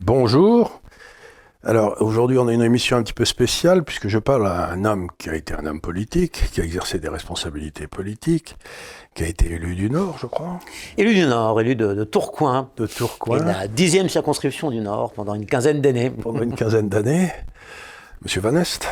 Bonjour. Alors aujourd'hui on a une émission un petit peu spéciale puisque je parle à un homme qui a été un homme politique, qui a exercé des responsabilités politiques, qui a été élu du Nord, je crois. Élu du Nord, élu de Tourcoing. De Tourcoing. Et la 10e circonscription du Nord pendant une quinzaine d'années. Pendant une quinzaine d'années. Monsieur Van Est.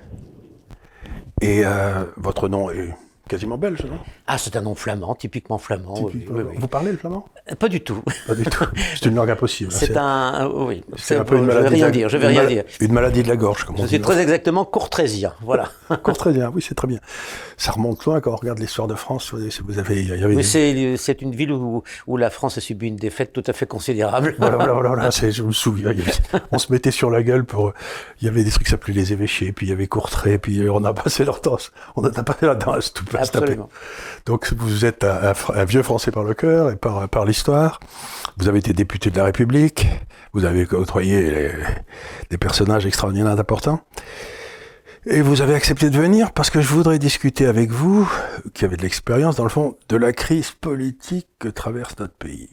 Et votre nom est quasiment belge, non? Ah, c'est un nom flamand, typiquement flamand. Oui. Vous parlez le flamand? Pas du tout. Pas du tout. C'est une langue impossible. C'est oui. C'est un peu une maladie. Je vais rien dire. Une maladie de la gorge, comme on dit. Je suis très exactement courtrésien, voilà. Courtrésien, oui, c'est très bien. Ça remonte loin quand on regarde l'histoire de France. Vous avez, oui, c'est une ville où la France a subi une défaite tout à fait considérable. Voilà, je me souviens. On se mettait sur la gueule pour. Il y avait des trucs qui s'appelaient les évêchés, puis il y avait Courtrai, puis on a passé leur temps. On a passé la danse toute la Absolument. Donc vous êtes un vieux Français par le cœur et par l'histoire. Vous avez été député de la République. Vous avez côtoyé des personnages extraordinairement importants. Et vous avez accepté de venir parce que je voudrais discuter avec vous, qui avez de l'expérience dans le fond, de la crise politique que traverse notre pays.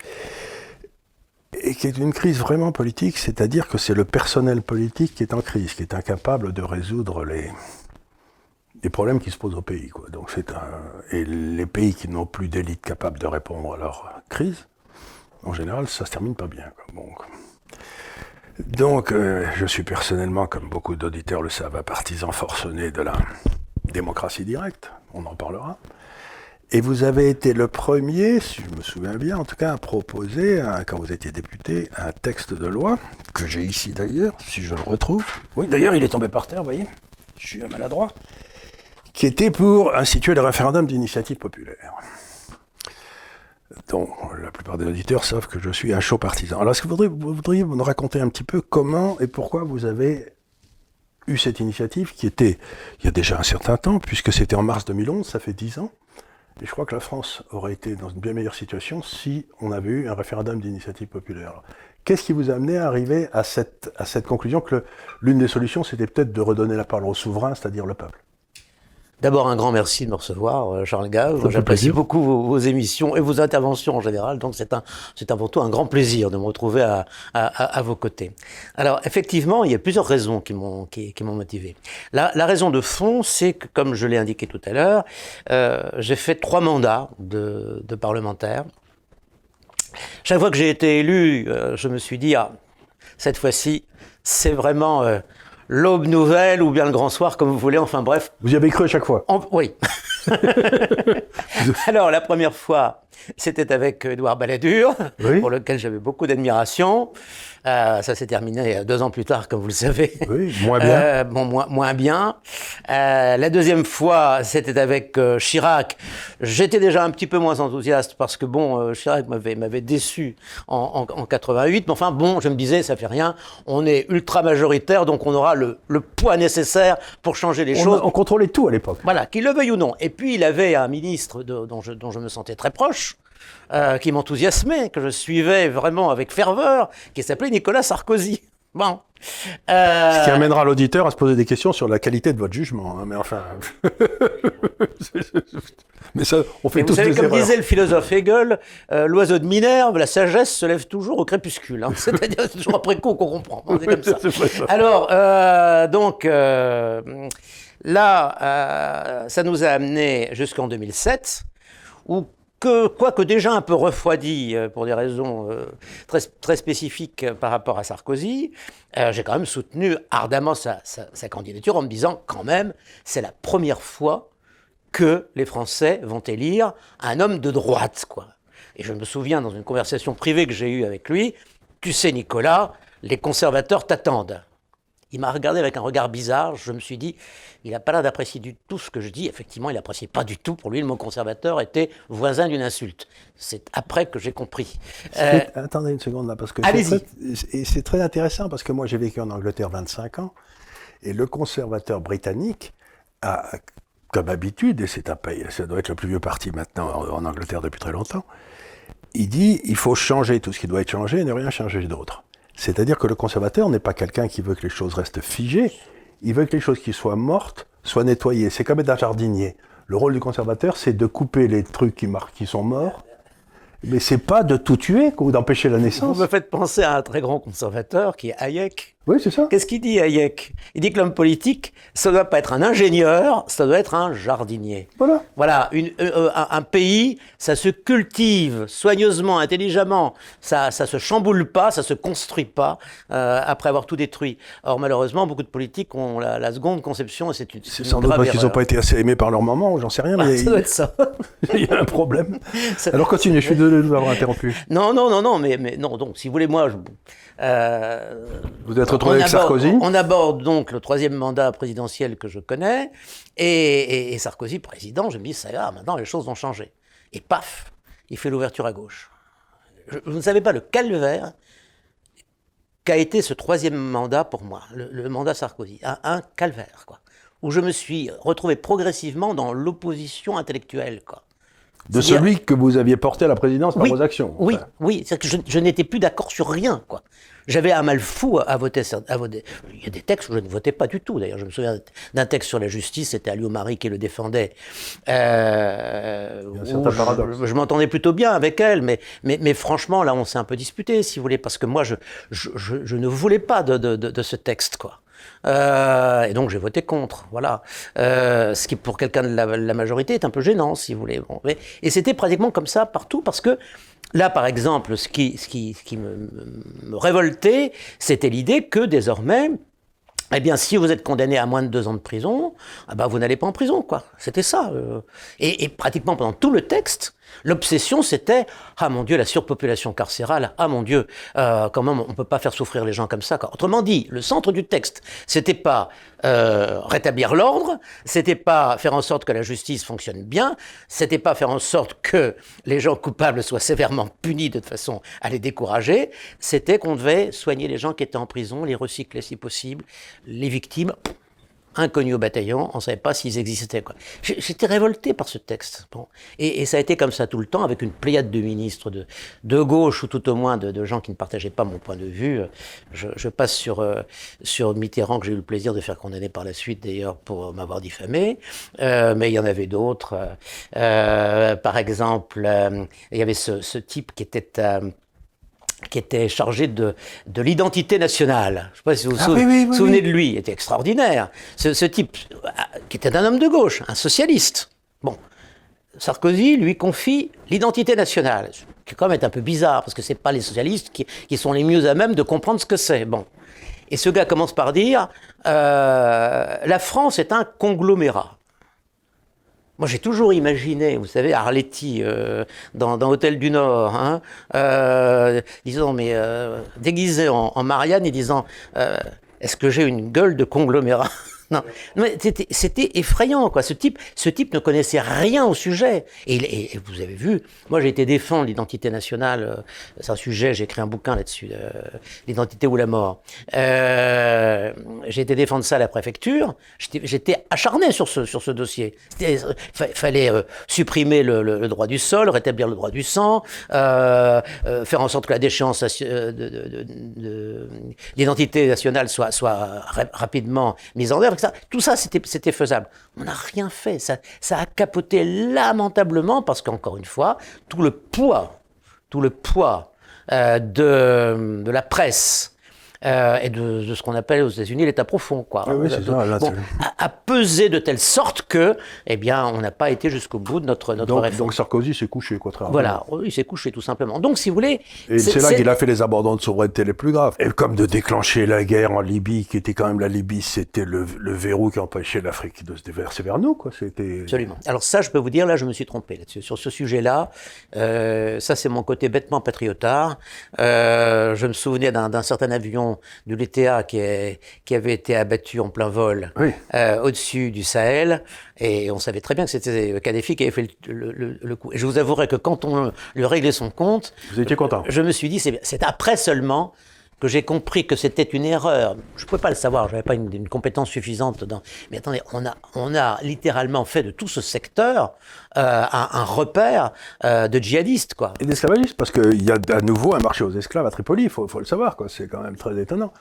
Et qui est une crise vraiment politique, c'est-à-dire que c'est le personnel politique qui est en crise, qui est incapable de résoudre les problèmes qui se posent au pays, quoi. Donc et les pays qui n'ont plus d'élite capable de répondre à leur crise, en général, ça se termine pas bien, quoi. Donc, je suis personnellement, comme beaucoup d'auditeurs le savent, un partisan forcené de la démocratie directe. On en parlera. Et vous avez été le premier, si je me souviens bien, en tout cas, à proposer, quand vous étiez député, un texte de loi, que j'ai ici d'ailleurs, si je le retrouve. Oui, d'ailleurs, il est tombé par terre, vous voyez. Je suis un maladroit. Qui était pour instituer le référendum d'initiative populaire. Donc, la plupart des auditeurs savent que je suis un chaud partisan. Alors, est-ce que vous voudriez nous raconter un petit peu comment et pourquoi vous avez eu cette initiative qui était, il y a déjà un certain temps, puisque c'était en mars 2011, ça fait 10 ans, et je crois que la France aurait été dans une bien meilleure situation si on avait eu un référendum d'initiative populaire. Alors, qu'est-ce qui vous a amené à arriver à cette conclusion que l'une des solutions, c'était peut-être de redonner la parole au souverain, c'est-à-dire le peuple? D'abord, un grand merci de me recevoir, Charles Gave. J'apprécie beaucoup vos émissions et vos interventions en général. Donc, c'est avant tout un grand plaisir de me retrouver à vos côtés. Alors, effectivement, il y a plusieurs raisons qui m'ont motivé. La raison de fond, c'est que, comme je l'ai indiqué tout à l'heure, j'ai fait 3 mandats de parlementaire. Chaque fois que j'ai été élu, je me suis dit, cette fois-ci, c'est vraiment l'aube nouvelle ou bien le grand soir, comme vous voulez, enfin bref. Vous y avez cru à chaque fois? Oui. Alors, la première fois, c'était avec Édouard Balladur, oui, pour lequel j'avais beaucoup d'admiration. Ça s'est terminé 2 ans plus tard, comme vous le savez. Oui, moins bien. Moins bien. La deuxième fois, c'était avec Chirac. J'étais déjà un petit peu moins enthousiaste parce que Chirac m'avait déçu en 88. Mais enfin je me disais, ça fait rien. On est ultra majoritaire, donc on aura le poids nécessaire pour changer les choses. On contrôlait tout à l'époque. Voilà, qu'il le veuille ou non. Et puis il avait un ministre dont je me sentais très proche, qui m'enthousiasmait, que je suivais vraiment avec ferveur, qui s'appelait Nicolas Sarkozy. Bon. Ce qui amènera l'auditeur à se poser des questions sur la qualité de votre jugement. Hein, mais enfin... mais ça, on fait tous des erreurs. Vous savez, comme disait le philosophe Hegel, l'oiseau de Minerve, la sagesse se lève toujours au crépuscule. Hein. C'est-à-dire, c'est toujours après coup qu'on comprend. C'est comme ça. Alors, là, ça nous a amené jusqu'en 2007, où quoique déjà un peu refroidi pour des raisons très, très spécifiques par rapport à Sarkozy, j'ai quand même soutenu ardemment sa candidature en me disant quand même, c'est la première fois que les Français vont élire un homme de droite, quoi. Et je me souviens dans une conversation privée que j'ai eue avec lui, tu sais Nicolas, les conservateurs t'attendent. Il m'a regardé avec un regard bizarre, je me suis dit, il n'a pas l'air d'apprécier du tout ce que je dis. Effectivement, il n'appréciait pas du tout. Pour lui, le mot conservateur était voisin d'une insulte. C'est après que j'ai compris. Attendez une seconde là, parce que c'est très intéressant, parce que moi j'ai vécu en Angleterre 25 ans, et le conservateur britannique a, comme habitude, et c'est un pays, ça doit être le plus vieux parti maintenant en Angleterre depuis très longtemps, il dit, il faut changer tout ce qui doit être changé et ne rien changer d'autre. C'est-à-dire que le conservateur n'est pas quelqu'un qui veut que les choses restent figées, il veut que les choses qui soient mortes soient nettoyées. C'est comme être un jardinier. Le rôle du conservateur, c'est de couper les trucs qui sont morts Mais c'est pas de tout tuer ou d'empêcher la naissance. Vous me faites penser à un très grand conservateur qui est Hayek. Oui, c'est ça. Qu'est-ce qu'il dit, Hayek? Il dit que l'homme politique, ça ne doit pas être un ingénieur, ça doit être un jardinier. Voilà. Voilà, un pays, ça se cultive soigneusement, intelligemment, ça se chamboule pas, ça se construit pas après avoir tout détruit. Or, malheureusement, beaucoup de politiques ont la seconde conception et c'est une sans doute parce qu'ils n'ont pas été assez aimés par leur maman, j'en sais rien. Mais ça doit être ça. Il y a un problème. Alors continuez, je suis désolé de vous avoir interrompu. Non, mais non, donc, si vous voulez, moi, vous êtes retrouvé avec Sarkozy. On aborde donc le 3e mandat présidentiel que je connais, et Sarkozy président, je me dis, ça va, maintenant les choses vont changer. Et paf, il fait l'ouverture à gauche. Vous ne savez pas le calvaire qu'a été ce 3e mandat pour moi, le mandat Sarkozy. Un calvaire, quoi. Où je me suis retrouvé progressivement dans l'opposition intellectuelle, quoi. De celui que vous aviez porté à la présidence par vos actions. Oui, enfin. oui, c'est-à-dire que je n'étais plus d'accord sur rien, quoi. J'avais un mal fou à voter. Il y a des textes où je ne votais pas du tout. D'ailleurs, je me souviens d'un texte sur la justice, c'était Alliot-Marie qui le défendait. Je m'entendais plutôt bien avec elle, mais franchement, là, on s'est un peu disputé, si vous voulez, parce que moi, je ne voulais pas de ce texte, quoi. Et donc j'ai voté contre, voilà. Ce qui pour quelqu'un de la majorité est un peu gênant, si vous voulez. Bon, et c'était pratiquement comme ça partout, parce que là, par exemple, ce qui me révoltait, c'était l'idée que désormais, eh bien, si vous êtes condamné à moins de 2 ans de prison, ah ben, vous n'allez pas en prison, quoi. C'était ça. Et pratiquement pendant tout le texte, l'obsession, c'était « Ah mon Dieu, la surpopulation carcérale, ah mon Dieu, comment on ne peut pas faire souffrir les gens comme ça ?» Autrement dit, le centre du texte, c'était pas rétablir l'ordre, c'était pas faire en sorte que la justice fonctionne bien, c'était pas faire en sorte que les gens coupables soient sévèrement punis de façon à les décourager, c'était qu'on devait soigner les gens qui étaient en prison, les recycler si possible, les victimes... inconnus au bataillon, on ne savait pas s'ils existaient, quoi. J'étais révolté par ce texte. Bon. Et ça a été comme ça tout le temps, avec une pléiade de ministres de gauche, ou tout au moins de gens qui ne partageaient pas mon point de vue. Je passe sur Mitterrand, que j'ai eu le plaisir de faire condamner par la suite, d'ailleurs, pour m'avoir diffamé. Mais il y en avait d'autres. Par exemple, il y avait ce type qui était chargé de l'identité nationale. Je ne sais pas si vous vous souvenez de lui, il était extraordinaire. Ce type, qui était un homme de gauche, un socialiste. Bon, Sarkozy lui confie l'identité nationale, qui quand même est un peu bizarre, parce que ce n'est pas les socialistes qui sont les mieux à même de comprendre ce que c'est. Bon. Et ce gars commence par dire la France est un conglomérat. Moi, j'ai toujours imaginé, vous savez, Arletty dans Hôtel du Nord, hein, disons, mais déguisé en Marianne et disant est-ce que j'ai une gueule de conglomérat? Non, mais c'était effrayant, quoi. Ce type ne connaissait rien au sujet. Et vous avez vu, moi j'ai été défendre l'identité nationale. C'est un sujet, j'ai écrit un bouquin là-dessus, l'identité ou la mort. J'ai été défendre ça à la préfecture. J'étais acharné sur ce dossier. Fallait supprimer le droit du sol, rétablir le droit du sang, faire en sorte que la déchéance d'identité nationale soit rapidement mise en œuvre. Tout ça, c'était faisable. On n'a rien fait. Ça a capoté lamentablement parce qu'encore une fois, tout le poids de la presse et de ce qu'on appelle aux États-Unis l'état profond, quoi. Oui, c'est ça, là, a pesé de telle sorte que, eh bien, on n'a pas été jusqu'au bout de notre réforme. Donc Sarkozy s'est couché, quoi, très voilà, il s'est couché tout simplement. Donc, si vous voulez, et c'est là qu'il a fait les abandons de souveraineté les plus graves. Et comme de déclencher la guerre en Libye, qui était quand même la Libye, c'était le verrou qui empêchait l'Afrique de se déverser vers nous, quoi. C'était absolument. Alors ça, je peux vous dire, là, je me suis trompé là-dessus. Sur ce sujet-là, ça, c'est mon côté bêtement patriotard. Je me souvenais d'un certain avion de l'ETA qui avait été abattu en plein vol au-dessus du Sahel, et on savait très bien que c'était Kadhafi qui avait fait le coup. Et je vous avouerai que quand on lui réglait son compte, vous étiez content. Je me suis dit, c'est après seulement que j'ai compris que c'était une erreur. Je ne pouvais pas le savoir, je n'avais pas une compétence suffisante dedans. Mais attendez, on a littéralement fait de tout ce secteur un repère de djihadistes, quoi. Et d'esclavagistes, parce qu'il y a à nouveau un marché aux esclaves à Tripoli, il faut le savoir, quoi. C'est quand même très étonnant.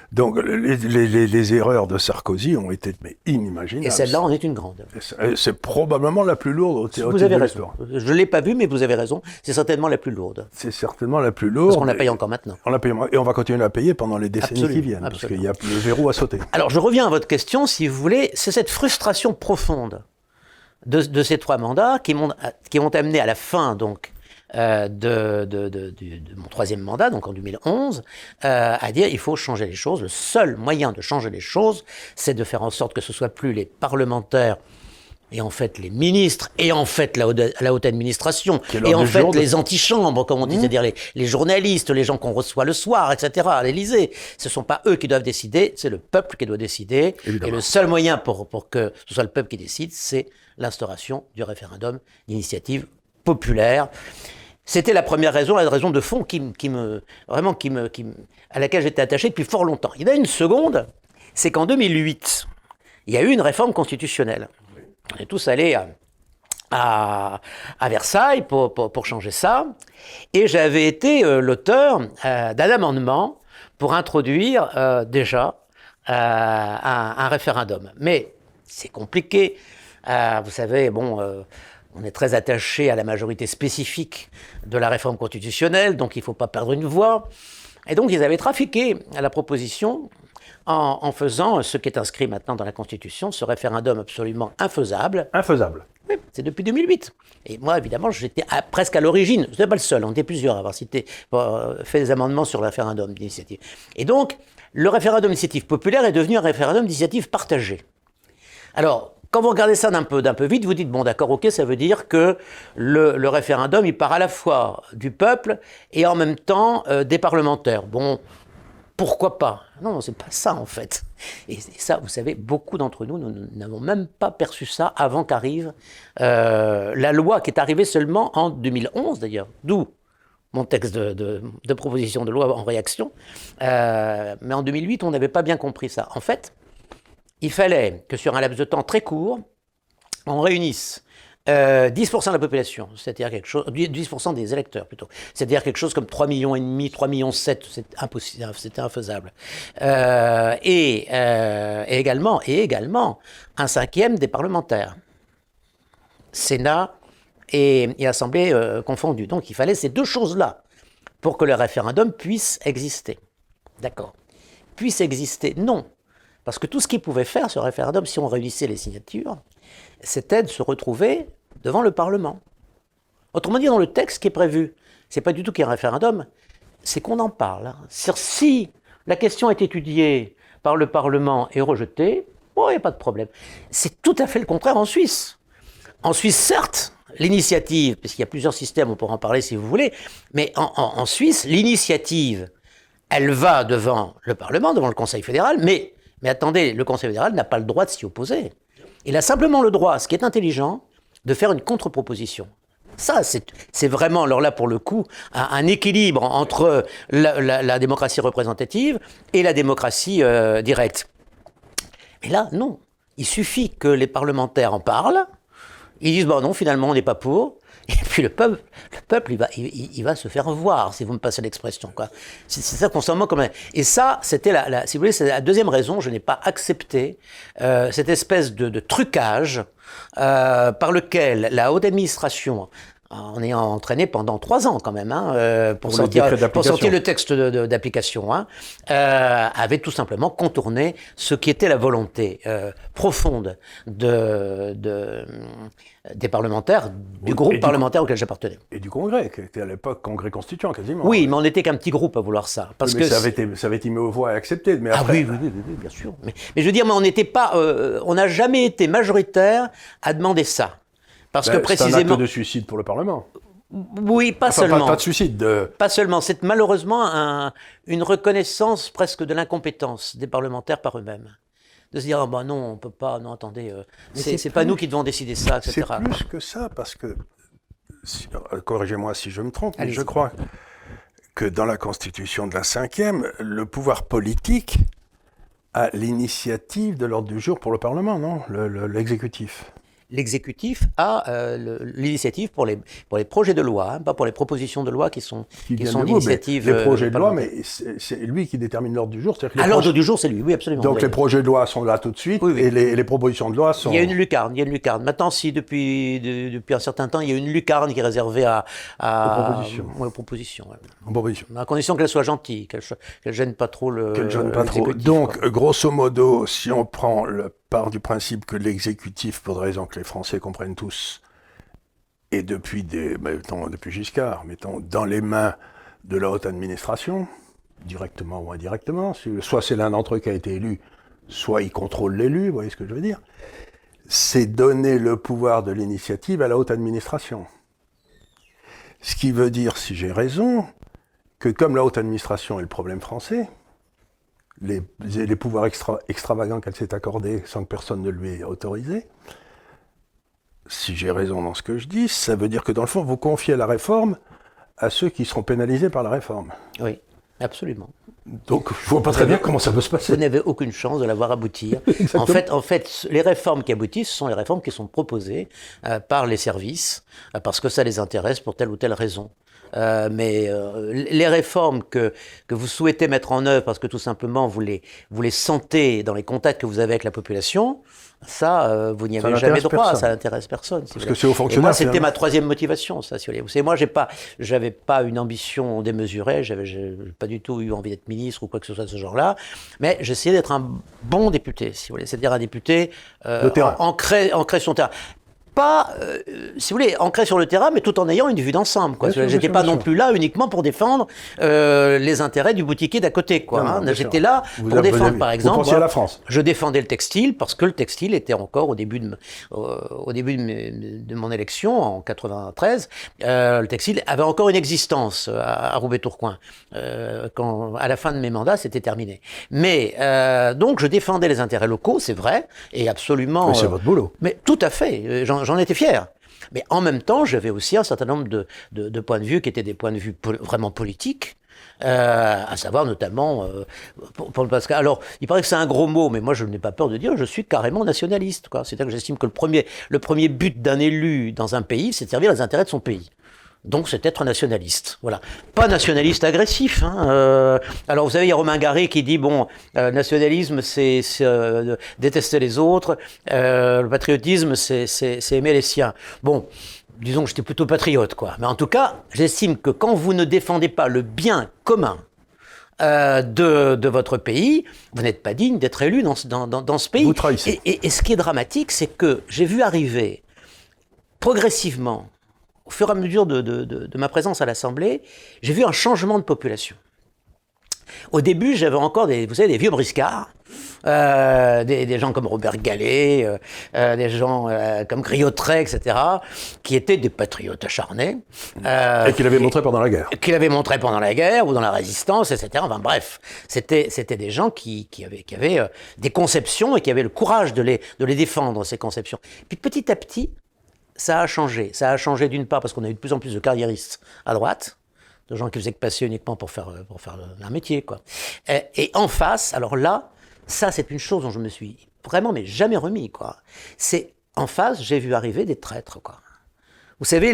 Donc les erreurs de Sarkozy ont été inimaginables. Et celle-là en est une grande. C'est probablement la plus lourde. Vous avez raison. Je ne l'ai pas vue, mais vous avez raison. C'est certainement la plus lourde. C'est certainement la plus lourde. Parce qu'on la paye encore maintenant. On la paye, et on va continuer à la payer pendant les décennies qui viennent. Parce qu'il y a le verrou à sauter. Alors je reviens à votre question, si vous voulez. C'est cette frustration profonde de ces 3 mandats qui m'ont amené à la fin, donc, de mon 3e mandat, donc en 2011, à dire il faut changer les choses. Le seul moyen de changer les choses, c'est de faire en sorte que ce ne soit plus les parlementaires et en fait les ministres, et en fait la haute administration, et en fait les antichambres, comme on dit, c'est-à-dire les journalistes, les gens qu'on reçoit le soir, etc., à l'Élysée. Ce ne sont pas eux qui doivent décider, c'est le peuple qui doit décider. Évidemment. Et le seul moyen pour que ce soit le peuple qui décide, c'est l'instauration du référendum d'initiative populaire. C'était la première raison, la raison de fond à laquelle j'étais attaché depuis fort longtemps. Il y en a une seconde, c'est qu'en 2008, il y a eu une réforme constitutionnelle. On est tous allés à Versailles pour changer ça. Et j'avais été l'auteur d'un amendement pour introduire déjà un référendum. Mais c'est compliqué. Vous savez, on est très attaché à la majorité spécifique de la réforme constitutionnelle, donc il ne faut pas perdre une voix. Et donc ils avaient trafiqué à la proposition en faisant ce qui est inscrit maintenant dans la Constitution, ce référendum absolument infaisable. Infaisable. Oui, c'est depuis 2008. Et moi, évidemment, j'étais presque à l'origine. Je n'étais pas le seul, on était plusieurs à avoir fait des amendements sur le référendum d'initiative. Et donc, le référendum d'initiative populaire est devenu un référendum d'initiative partagée. Alors, quand vous regardez ça d'un peu vite, vous dites, bon d'accord, ok, ça veut dire que le référendum, il part à la fois du peuple et en même temps des parlementaires. Bon, pourquoi pas? Non, c'est pas ça en fait. Et ça, vous savez, beaucoup d'entre nous n'avons même pas perçu ça avant qu'arrive la loi qui est arrivée seulement en 2011 d'ailleurs, d'où mon texte de proposition de loi en réaction. Mais en 2008, on n'avait pas bien compris ça. En fait, il fallait que sur un laps de temps très court, on réunisse 10% de la population, c'est-à-dire quelque chose, 10% des électeurs plutôt, c'est-à-dire quelque chose comme 3,5 millions, 3,7 millions, c'est impossible, c'était infaisable. Et également un 5e des parlementaires, Sénat et Assemblée confondues. Donc il fallait ces 2 choses-là pour que le référendum puisse exister. D'accord. Puisse exister, non. Parce que tout ce qu'il pouvait faire, ce référendum, si on réunissait les signatures, c'était de se retrouver devant le Parlement. Autrement dit, dans le texte qui est prévu, c'est pas du tout qu'il y ait un référendum, c'est qu'on en parle. Si la question est étudiée par le Parlement et rejetée, bon, il n'y a pas de problème. C'est tout à fait le contraire en Suisse. En Suisse, certes, l'initiative, parce qu'il y a plusieurs systèmes, on pourra en parler si vous voulez, mais en Suisse, l'initiative, elle va devant le Parlement, devant le Conseil fédéral, mais attendez, le Conseil fédéral n'a pas le droit de s'y opposer. Il a simplement le droit, ce qui est intelligent, de faire une contre-proposition. Ça, c'est vraiment, alors là, pour le coup, un équilibre entre la démocratie représentative et la démocratie directe. Mais là, non. Il suffit que les parlementaires en parlent, ils disent, bon non, finalement, on n'est pas pour. Et puis le peuple, il va se faire voir, si vous me passez l'expression, quoi. C'est ça constamment comme. Et ça, c'était si vous voulez, c'est la deuxième raison. Je n'ai pas accepté cette espèce de trucage par lequel la haute administration, en ayant entraîné pendant 3 ans quand même, pour sortir le texte d'application, avait tout simplement contourné ce qui était la volonté profonde des parlementaires, du groupe parlementaire auquel j'appartenais. Et du Congrès, qui était à l'époque Congrès constituant quasiment. Oui, mais on n'était qu'un petit groupe à vouloir ça. Parce que ça avait été mis aux voix et accepté. Mais après, oui, bien sûr. Mais je veux dire, mais on n'était pas, on n'a jamais été majoritaire à demander ça. Parce que précisément. C'est un acte de suicide pour le Parlement. Oui, pas seulement. Pas de suicide. Pas seulement. C'est malheureusement une reconnaissance presque de l'incompétence des parlementaires par eux-mêmes. De se dire, non, on ne peut pas, non, attendez, c'est pas nous qui devons décider ça, etc. C'est plus que ça, parce que, corrigez-moi si je me trompe, mais je crois que dans la Constitution de la 5e, le pouvoir politique a l'initiative de l'ordre du jour pour le Parlement, non ? L'exécutif. l'exécutif a l'initiative pour les projets de loi, hein, pas pour les propositions de loi qui sont d'initiative. Les projets de loi, mais c'est lui qui détermine l'ordre du jour. L'ordre du jour, c'est lui, oui, absolument. Donc les projets de loi sont là tout de suite, oui. Et les propositions de loi sont... Il y a une lucarne. Maintenant, si depuis un certain temps, il y a une lucarne qui est réservée aux propositions. À condition qu'elle soit gentille, qu'elle gêne pas trop l'exécutif. Donc, grosso modo, si on part du principe que l'exécutif, pour des raisons que les Français comprennent tous, est depuis Giscard, mettons, dans les mains de la haute administration, directement ou indirectement, soit c'est l'un d'entre eux qui a été élu, soit il contrôle l'élu, vous voyez ce que je veux dire, c'est donner le pouvoir de l'initiative à la haute administration. Ce qui veut dire, si j'ai raison, que comme la haute administration est le problème français, les pouvoirs extravagants qu'elle s'est accordés sans que personne ne lui ait autorisé, si j'ai raison dans ce que je dis, ça veut dire que dans le fond, vous confiez la réforme à ceux qui seront pénalisés par la réforme. Oui, absolument. Donc, je ne vois pas très bien comment ça peut se passer. Vous n'avez aucune chance de la voir aboutir. en fait, les réformes qui aboutissent, ce sont les réformes qui sont proposées par les services, parce que ça les intéresse pour telle ou telle raison. Mais les réformes que vous souhaitez mettre en œuvre, parce que tout simplement vous les sentez dans les contacts que vous avez avec la population, ça, vous n'y avez jamais droit, ça n'intéresse personne. Parce que c'est aux fonctionnaires. Et moi, c'était ma troisième motivation, ça, si vous voulez. Vous savez, moi, j'avais pas une ambition démesurée, j'avais pas du tout eu envie d'être ministre ou quoi que ce soit de ce genre-là, mais j'essayais d'être un bon député, si vous voulez, c'est-à-dire un député ancré sur le terrain. Pas, si vous voulez, ancré sur le terrain, mais tout en ayant une vue d'ensemble. J'étais pas non plus là uniquement pour défendre les intérêts du boutiquier d'à côté. J'étais là pour défendre, par exemple. Vous pensiez à la France. Je défendais le textile parce que le textile était encore au début de mon élection en 93. Le textile avait encore une existence à Roubaix-Tourcoing. Quand à la fin de mes mandats, c'était terminé. Mais donc je défendais les intérêts locaux, c'est vrai, et absolument. Mais c'est votre boulot. Mais tout à fait. J'en étais fier. Mais en même temps, j'avais aussi un certain nombre de points de vue qui étaient des points de vue vraiment politiques, à savoir notamment parce que, alors, il paraît que c'est un gros mot, mais moi je n'ai pas peur de dire, je suis carrément nationaliste. C'est-à-dire que j'estime que le premier but d'un élu dans un pays, c'est de servir les intérêts de son pays. Donc c'est être nationaliste, voilà. Pas nationaliste agressif. Alors vous savez, il y a Romain Gary qui dit nationalisme c'est détester les autres, le patriotisme c'est aimer les siens. Bon, disons que j'étais plutôt patriote, quoi. Mais en tout cas, j'estime que quand vous ne défendez pas le bien commun de votre pays, vous n'êtes pas digne d'être élu dans ce pays. Vous trahissez. Et ce qui est dramatique, c'est que j'ai vu arriver progressivement, au fur et à mesure de ma présence à l'Assemblée, j'ai vu un changement de population. Au début, j'avais encore des vieux briscards, des gens comme Robert Gallet, des gens comme Griotret, etc., qui étaient des patriotes acharnés. Et qui l'avaient montré pendant la guerre. Qui l'avaient montré pendant la guerre ou dans la Résistance, etc. Enfin bref, c'était des gens qui avaient des conceptions et qui avaient le courage de les défendre, ces conceptions. Puis petit à petit, ça a changé. Ça a changé d'une part parce qu'on a eu de plus en plus de carriéristes à droite, de gens qui faisaient que passer uniquement pour faire un métier, quoi. Et en face, alors là, ça c'est une chose dont je me suis vraiment mais jamais remis, quoi. C'est en face, j'ai vu arriver des traîtres, quoi. Vous savez,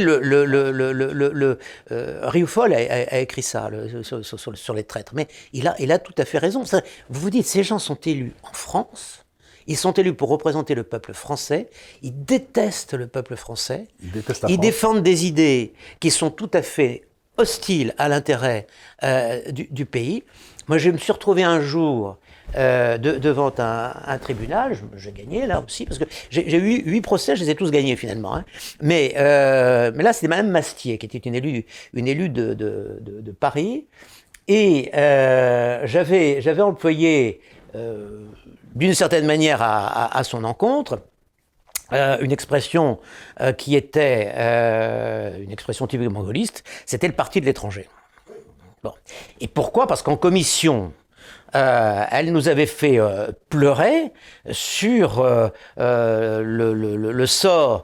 Rioufol a écrit ça sur les traîtres, mais il a tout à fait raison. Vous vous dites, ces gens sont élus en France. Ils sont élus pour représenter le peuple français. Ils détestent le peuple français. Ils défendent des idées qui sont tout à fait hostiles à l'intérêt du pays. Moi, je me suis retrouvé un jour devant un tribunal. J'ai gagné là aussi, parce que j'ai eu 8 procès, je les ai tous gagnés finalement. Mais là, c'était Madame Mastier, qui était une élue de Paris. Et j'avais employé... d'une certaine manière à son encontre, une expression qui était une expression typiquement gaulliste, c'était le parti de l'étranger. Bon. Et pourquoi ? Parce qu'en commission, elle nous avait fait pleurer sur le sort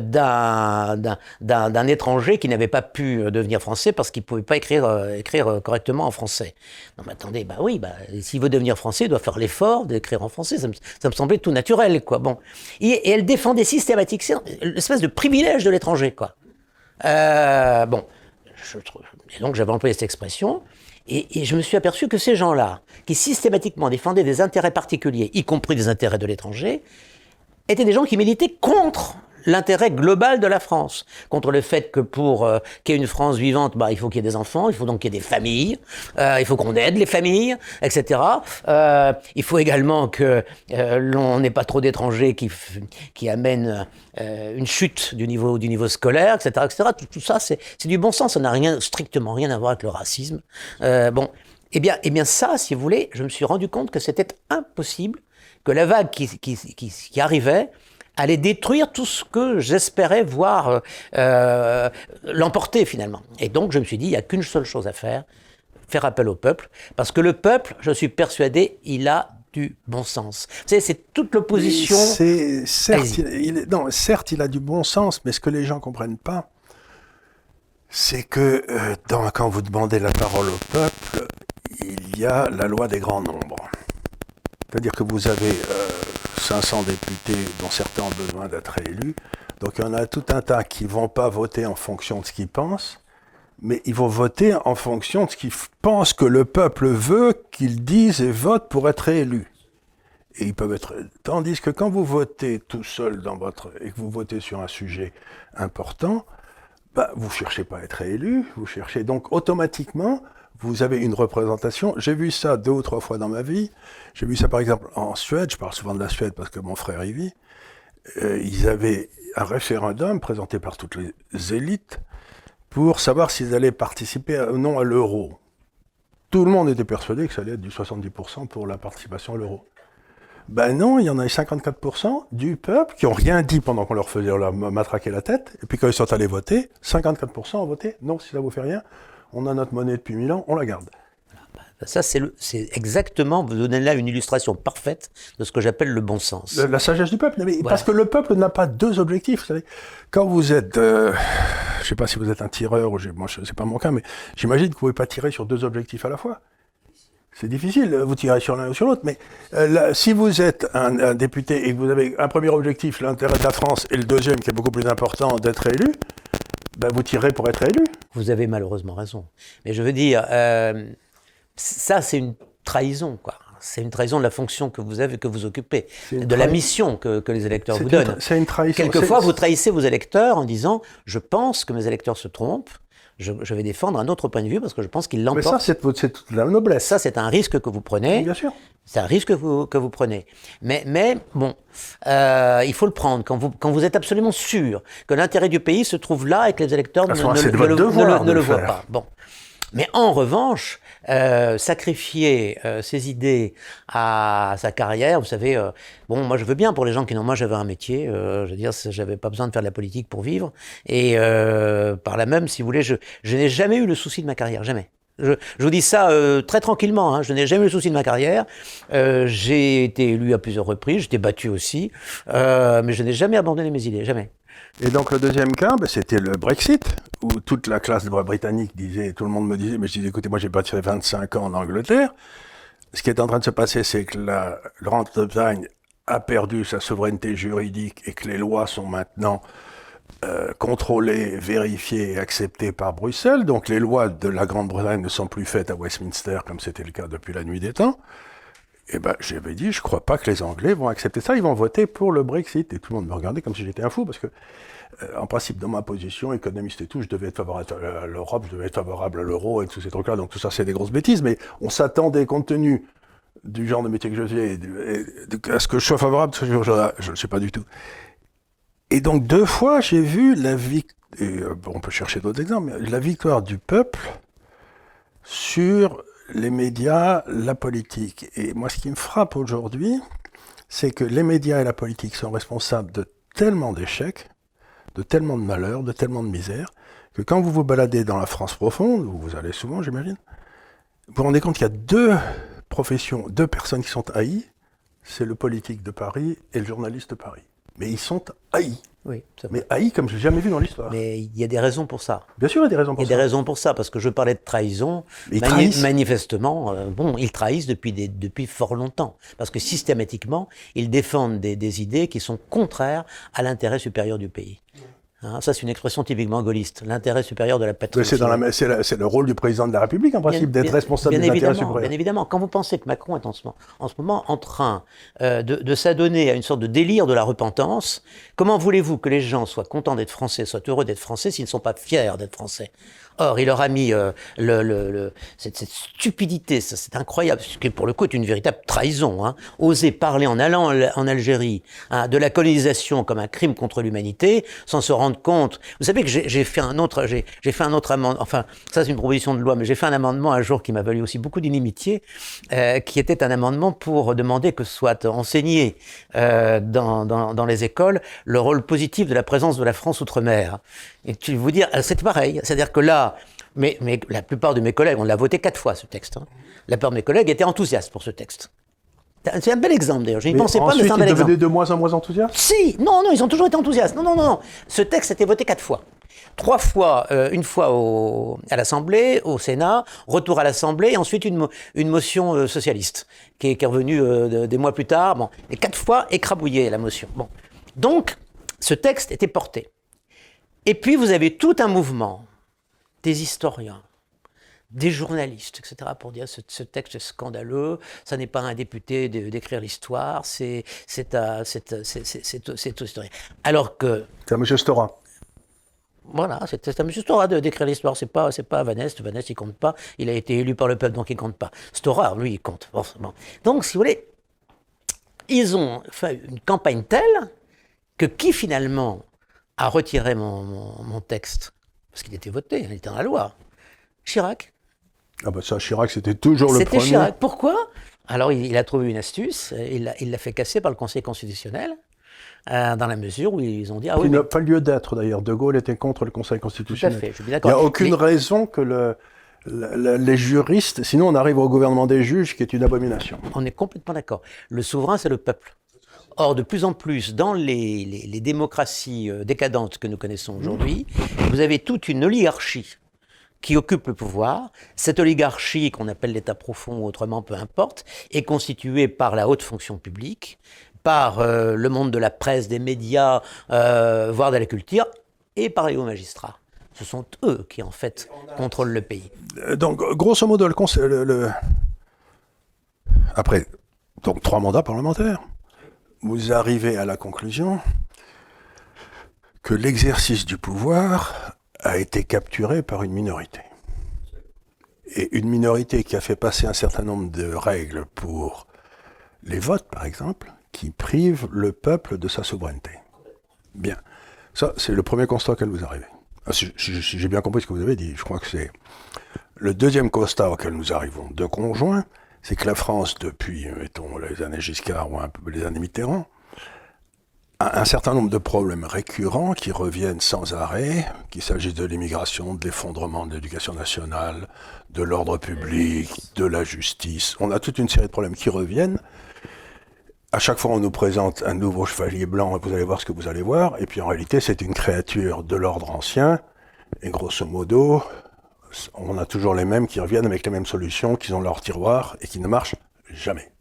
d'un étranger qui n'avait pas pu devenir français parce qu'il ne pouvait pas écrire correctement en français. Non mais attendez, bah oui, s'il veut devenir français, il doit faire l'effort d'écrire en français. Ça me semblait tout naturel, quoi. Bon. Et elle défendait systématiquement l'espèce de privilège de l'étranger, quoi. Bon. Et donc j'avais employé cette expression. Et je me suis aperçu que ces gens-là, qui systématiquement défendaient des intérêts particuliers, y compris des intérêts de l'étranger, étaient des gens qui militaient contre l'intérêt global de la France, contre le fait que pour qu'il y ait une France vivante, il faut qu'il y ait des enfants, il faut donc qu'il y ait des familles, il faut qu'on aide les familles, etc. Il faut également que l'on n'ait pas trop d'étrangers qui amènent une chute du niveau scolaire, etc., etc. Tout ça, c'est du bon sens, ça n'a strictement rien à voir avec le racisme. Bon, eh bien ça, si vous voulez, je me suis rendu compte que c'était impossible, que la vague qui arrivait allait détruire tout ce que j'espérais voir l'emporter finalement. Et donc je me suis dit, il n'y a qu'une seule chose à faire appel au peuple, parce que le peuple, je suis persuadé, il a du bon sens. Vous savez, c'est toute l'opposition. Certes, il a du bon sens, mais ce que les gens ne comprennent pas, c'est que quand vous demandez la parole au peuple, il y a la loi des grands nombres. C'est-à-dire que vous avez 500 députés dont certains ont besoin d'être élus. Donc il y en a tout un tas qui ne vont pas voter en fonction de ce qu'ils pensent, mais ils vont voter en fonction de ce qu'ils pensent que le peuple veut qu'ils disent et votent pour être élus. Et ils peuvent être. Tandis que quand vous votez tout seul et que vous votez sur un sujet important, vous ne cherchez pas à être élu, vous cherchez donc automatiquement. Vous avez une représentation. J'ai vu ça 2 ou 3 fois dans ma vie. J'ai vu ça par exemple en Suède. Je parle souvent de la Suède parce que mon frère y vit. Ils avaient un référendum présenté par toutes les élites pour savoir s'ils allaient participer ou non à l'euro. Tout le monde était persuadé que ça allait être du 70% pour la participation à l'euro. Ben non, il y en a eu 54% du peuple qui n'ont rien dit pendant qu'on leur faisait matraquer la tête. Et puis quand ils sont allés voter, 54% ont voté. Non, si ça vous fait rien. On a notre monnaie depuis 1000 ans, on la garde. Ça, c'est exactement, vous donnez là une illustration parfaite de ce que j'appelle le bon sens. La sagesse du peuple, mais voilà. Parce que le peuple n'a pas 2 objectifs. Vous savez. Quand vous êtes, je ne sais pas si vous êtes un tireur, moi c'est pas mon cas, mais j'imagine que vous ne pouvez pas tirer sur 2 objectifs à la fois. C'est difficile, vous tirez sur l'un ou sur l'autre, mais si vous êtes un député et que vous avez un premier objectif, l'intérêt de la France, et le deuxième, qui est beaucoup plus important, d'être élu, vous tirez pour être élu. Vous avez malheureusement raison. Mais je veux dire, ça c'est une trahison, quoi. C'est une trahison de la fonction que vous avez, que vous occupez, de la mission que les électeurs vous donnent. C'est une trahison. Quelquefois, vous trahissez vos électeurs en disant « Je pense que mes électeurs se trompent, je vais défendre un autre point de vue parce que je pense qu'ils l'emportent. » Mais ça, c'est toute la noblesse. Ça, c'est un risque que vous prenez. Bien sûr. C'est un risque que vous prenez. Mais bon, il faut le prendre. Quand vous êtes absolument sûr que l'intérêt du pays se trouve là et que les électeurs ne le voient pas. Bon. Mais en revanche, sacrifier ses idées à sa carrière, vous savez, moi je veux bien pour les gens qui n'ont, moi j'avais un métier, je veux dire, j'avais pas besoin de faire de la politique pour vivre, et par là même, si vous voulez, je n'ai jamais eu le souci de ma carrière, jamais. Je vous dis ça très tranquillement, hein, je n'ai jamais eu le souci de ma carrière, j'ai été élu à plusieurs reprises, j'étais battu aussi, mais je n'ai jamais abandonné mes idées, jamais. Et donc le deuxième cas, c'était le Brexit, où toute la classe britannique disait, tout le monde me disait, mais je disais, écoutez, moi j'ai passé 25 ans en Angleterre. Ce qui est en train de se passer, c'est que la Grande-Bretagne a perdu sa souveraineté juridique et que les lois sont maintenant contrôlées, vérifiées et acceptées par Bruxelles. Donc les lois de la Grande-Bretagne ne sont plus faites à Westminster comme c'était le cas depuis la nuit des temps. Et j'avais dit, je crois pas que les Anglais vont accepter ça, ils vont voter pour le Brexit. Et tout le monde me regardait comme si j'étais un fou, parce que, en principe, dans ma position, économiste et tout, je devais être favorable à l'Europe, je devais être favorable à l'euro et tous ces trucs-là. Donc tout ça, c'est des grosses bêtises, mais on s'attendait, compte tenu du genre de métier que je faisais, à ce que je sois favorable, je ne sais pas du tout. Et donc 2 fois, j'ai vu la victoire, on peut chercher d'autres exemples, mais la victoire du peuple sur les médias, la politique. Et moi, ce qui me frappe aujourd'hui, c'est que les médias et la politique sont responsables de tellement d'échecs, de tellement de malheurs, de tellement de misère, que quand vous vous baladez dans la France profonde, où vous allez souvent, j'imagine, vous vous rendez compte qu'il y a 2 professions, deux personnes qui sont haïes, c'est le politique de Paris et le journaliste de Paris. Mais ils sont haïs. Oui, mais haïs comme je n'ai jamais vu dans l'histoire. Mais il y a des raisons pour ça. Bien sûr, il y a des raisons pour ça. Il y a des raisons pour ça, parce que je parlais de trahison. Manifestement, ils trahissent depuis fort longtemps. Parce que systématiquement, ils défendent des idées qui sont contraires à l'intérêt supérieur du pays. Hein, ça, c'est une expression typiquement gaulliste, l'intérêt supérieur de la patrie. C'est le rôle du président de la République, en principe, d'être responsable des intérêts supérieurs. Bien évidemment. Quand vous pensez que Macron est en ce moment en train de s'adonner à une sorte de délire de la repentance, comment voulez-vous que les gens soient contents d'être français, soient heureux d'être français, s'ils ne sont pas fiers d'être français? Or, il leur a mis cette stupidité, c'est incroyable, ce qui pour le coup est une véritable trahison. Hein. Oser parler en allant en Algérie de la colonisation comme un crime contre l'humanité, sans se rendre compte. Vous savez que j'ai fait un autre amendement, enfin, ça c'est une proposition de loi, mais j'ai fait un amendement un jour qui m'a valu aussi beaucoup d'inimitié, qui était un amendement pour demander que soit enseigné dans les écoles le rôle positif de la présence de la France outre-mer. Et je vais vous dire, c'est pareil, c'est-à-dire que là, mais la plupart de mes collègues, on l'a voté 4 fois ce texte. Hein. La plupart de mes collègues étaient enthousiastes pour ce texte. C'est un bel exemple d'ailleurs, je n'y pensais pas, mais c'est un bel exemple. Ensuite, ils devenaient de moins en moins enthousiastes ? Si, non, ils ont toujours été enthousiastes. Non. Ce texte a été voté 4 fois. 3 fois, une fois à l'Assemblée, au Sénat, retour à l'Assemblée, et ensuite une motion socialiste, qui est revenue des mois plus tard. Bon, et 4 fois écrabouillée la motion. Bon. Donc, ce texte était porté. Et puis, vous avez tout un mouvement des historiens, des journalistes, etc., pour dire ce texte est scandaleux, ça n'est pas à un député d'écrire l'histoire, c'est au historien. Alors que... C'est à M. Stora. Voilà, c'est à M. Stora d'écrire l'histoire, c'est pas à Vanès, il compte pas, il a été élu par le peuple, donc il compte pas. Stora, lui, il compte, forcément. Donc, si vous voulez, ils ont fait une campagne telle que qui, finalement, a retiré mon texte, parce qu'il était voté, il était dans la loi? Chirac. Ah bah ça, Chirac, c'était toujours le premier. C'était Chirac. Pourquoi? Alors, il a trouvé une astuce, il l'a fait casser par le Conseil constitutionnel, dans la mesure où ils ont dit... Il n'a pas lieu d'être, d'ailleurs. De Gaulle était contre le Conseil constitutionnel. Tout à fait, je suis bien d'accord. Il n'y a aucune raison que les juristes... Sinon, on arrive au gouvernement des juges, qui est une abomination. On est complètement d'accord. Le souverain, c'est le peuple. Or, de plus en plus, dans les démocraties décadentes que nous connaissons aujourd'hui, vous avez toute une oligarchie qui occupe le pouvoir. Cette oligarchie, qu'on appelle l'État profond ou autrement, peu importe, est constituée par la haute fonction publique, par le monde de la presse, des médias, voire de la culture, et par les hauts magistrats. Ce sont eux qui, en fait, contrôlent le pays. Donc, grosso modo, après 3 mandats parlementaires, vous arrivez à la conclusion que l'exercice du pouvoir a été capturé par une minorité. Et une minorité qui a fait passer un certain nombre de règles pour les votes, par exemple, qui privent le peuple de sa souveraineté. Bien. Ça, c'est le premier constat auquel vous arrivez. Si j'ai bien compris ce que vous avez dit, je crois que c'est... Le deuxième constat auquel nous arrivons de conjoint, c'est que la France, depuis, mettons, les années Giscard ou un peu les années Mitterrand, a un certain nombre de problèmes récurrents qui reviennent sans arrêt, qu'il s'agisse de l'immigration, de l'effondrement de l'éducation nationale, de l'ordre public, de la justice. On a toute une série de problèmes qui reviennent. À chaque fois, on nous présente un nouveau chevalier blanc et vous allez voir ce que vous allez voir. Et puis en réalité, c'est une créature de l'ordre ancien. Et grosso modo, on a toujours les mêmes qui reviennent avec les mêmes solutions, qui ont leur tiroir et qui ne marchent jamais.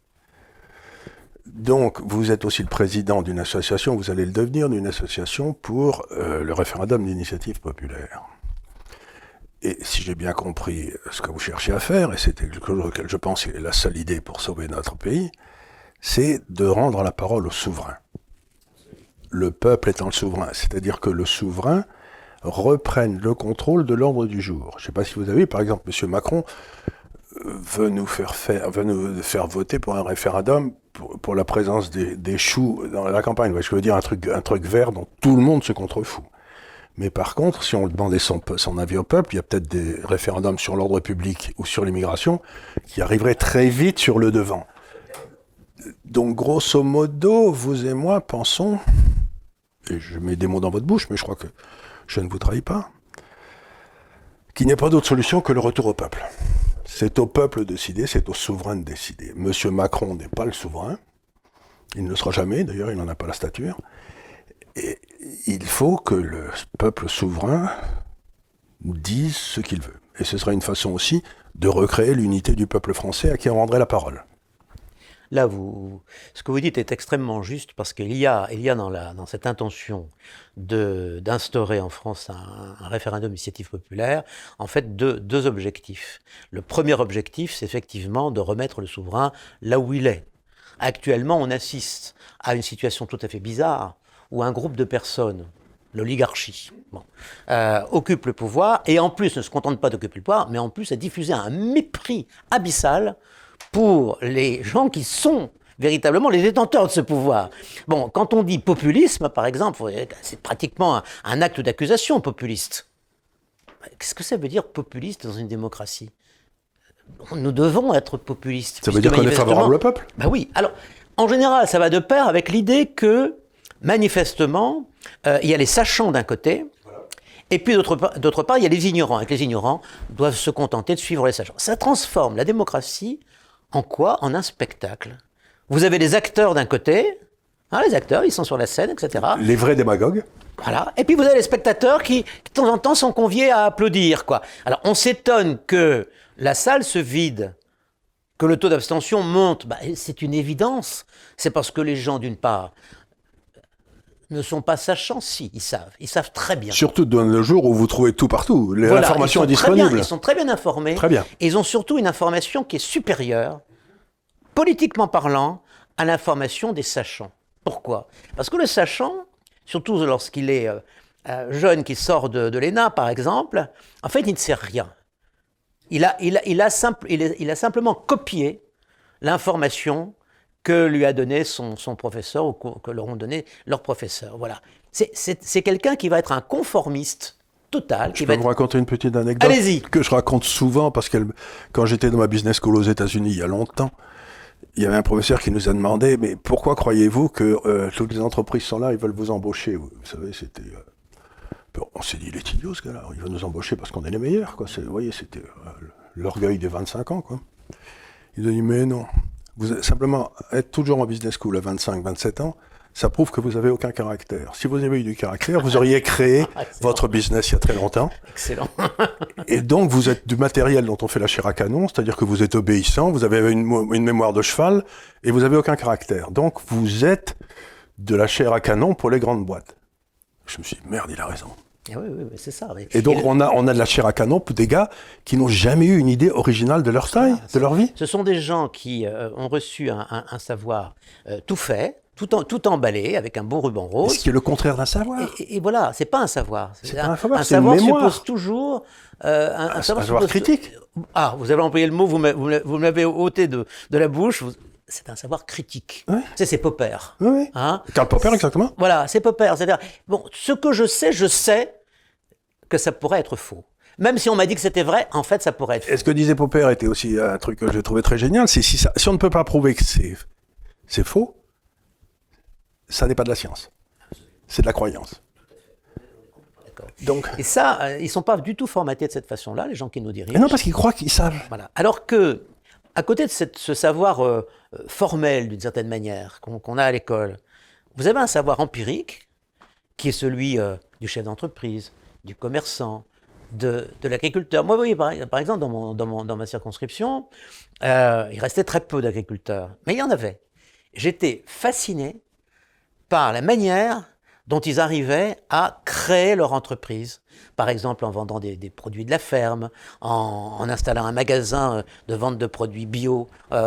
Donc, vous êtes aussi le président d'une association, vous allez le devenir, d'une association pour le référendum d'initiative populaire. Et si j'ai bien compris ce que vous cherchez à faire, et c'était quelque chose auquel je pense est la seule idée pour sauver notre pays, c'est de rendre la parole au souverain. Le peuple étant le souverain, c'est-à-dire que le souverain reprenne le contrôle de l'ordre du jour. Je ne sais pas si vous avez vu, par exemple, M. Macron veut nous faire voter pour un référendum pour la présence des choux dans la campagne. Je veux dire un truc vert dont tout le monde se contrefout. Mais par contre, si on demandait son avis au peuple, il y a peut-être des référendums sur l'ordre public ou sur l'immigration qui arriveraient très vite sur le devant. Donc, grosso modo, vous et moi pensons, et je mets des mots dans votre bouche, mais je crois que je ne vous trahis pas, qu'il n'y a pas d'autre solution que le retour au peuple. C'est au peuple de décider, c'est au souverain de décider. Monsieur Macron n'est pas le souverain. Il ne le sera jamais, d'ailleurs, il n'en a pas la stature. Et il faut que le peuple souverain dise ce qu'il veut. Et ce sera une façon aussi de recréer l'unité du peuple français à qui on rendrait la parole. Là, ce que vous dites est extrêmement juste parce qu'il y a dans cette intention d'instaurer en France un référendum d'initiative populaire, en fait, deux objectifs. Le premier objectif, c'est effectivement de remettre le souverain là où il est. Actuellement, on assiste à une situation tout à fait bizarre où un groupe de personnes, l'oligarchie, occupe le pouvoir et en plus ne se contente pas d'occuper le pouvoir, mais en plus a diffusé un mépris abyssal pour les gens qui sont véritablement les détenteurs de ce pouvoir. Bon, quand on dit populisme, par exemple, c'est pratiquement un acte d'accusation populiste. Qu'est-ce que ça veut dire populiste dans une démocratie ? Nous devons être populistes. Ça veut dire qu'on est favorable au peuple ? Ben oui. Alors, en général, ça va de pair avec l'idée que, manifestement, il y a les sachants d'un côté, et puis d'autre part, il y a les ignorants. Et que les ignorants doivent se contenter de suivre les sachants. Ça transforme la démocratie en quoi ? En un spectacle. Vous avez les acteurs d'un côté, les acteurs, ils sont sur la scène, etc. Les vrais démagogues. Voilà. Et puis vous avez les spectateurs qui, de temps en temps, sont conviés à applaudir, quoi. Alors, on s'étonne que la salle se vide, que le taux d'abstention monte. C'est une évidence. C'est parce que les gens, d'une part, ne sont pas sachants, si, ils savent très bien. Surtout dans le jour où vous trouvez tout partout, l'information est disponible. Ils sont très bien informés. Très bien. Et ils ont surtout une information qui est supérieure, politiquement parlant, à l'information des sachants. Pourquoi ? Parce que le sachant, surtout lorsqu'il est jeune, qui sort de l'ENA, par exemple, en fait, il ne sait rien. Il a simplement copié l'information que lui a donné son professeur ou que leur ont donné leurs professeurs. Voilà. C'est quelqu'un qui va être un conformiste total. Je peux vous raconter une petite anecdote. Allez-y. Que je raconte souvent parce que quand j'étais dans ma business school aux États-Unis il y a longtemps, il y avait un professeur qui nous a demandé mais pourquoi croyez-vous que toutes les entreprises sont là, ils veulent vous embaucher. Vous savez, c'était... on s'est dit, il est idiot ce gars-là, il va nous embaucher parce qu'on est les meilleurs. Quoi. Vous voyez, c'était l'orgueil des 25 ans. Quoi. Il a dit, mais non. Simplement, être toujours en business school à 25, 27 ans, ça prouve que vous n'avez aucun caractère. Si vous avez eu du caractère, vous auriez créé votre business il y a très longtemps. Excellent. Et donc, vous êtes du matériel dont on fait la chair à canon, c'est-à-dire que vous êtes obéissant, vous avez une mémoire de cheval, et vous n'avez aucun caractère. Donc, vous êtes de la chair à canon pour les grandes boîtes. Je me suis dit, merde, il a raison. Oui, c'est ça. Oui. Et donc, on a de la chair à canon pour des gars qui n'ont jamais eu une idée originale de leur taille, de leur vie. Ce sont des gens qui ont reçu un savoir tout fait, tout emballé, avec un beau ruban rose. Ce qui est le contraire d'un savoir. Et voilà, c'est pas un savoir. C'est pas un savoir, un c'est savoir une mémoire. suppose toujours... un savoir critique. Vous avez employé le mot, vous me l'avez ôté de la bouche. C'est un savoir critique. Oui. C'est Popper. Oui. Hein? Karl Popper, exactement. Voilà, c'est Popper. C'est-à-dire, bon, ce que je sais que ça pourrait être faux. Même si on m'a dit que c'était vrai, en fait, ça pourrait être faux. Et ce que disait Popper était aussi un truc que j'ai trouvé très génial, c'est si on ne peut pas prouver que c'est faux, ça n'est pas de la science. C'est de la croyance. Donc, et ça, ils ne sont pas du tout formatés de cette façon-là, les gens qui nous dirigent. Mais non, parce qu'ils croient qu'ils savent. Voilà. Alors que, à côté de ce savoir formel, d'une certaine manière, qu'on a à l'école, vous avez un savoir empirique qui est celui du chef d'entreprise, du commerçant, de l'agriculteur. Moi, vous voyez, par exemple, dans ma circonscription, il restait très peu d'agriculteurs, mais il y en avait. J'étais fasciné par la manière dont ils arrivaient à créer leur entreprise. Par exemple, en vendant des produits de la ferme, en installant un magasin de vente de produits bio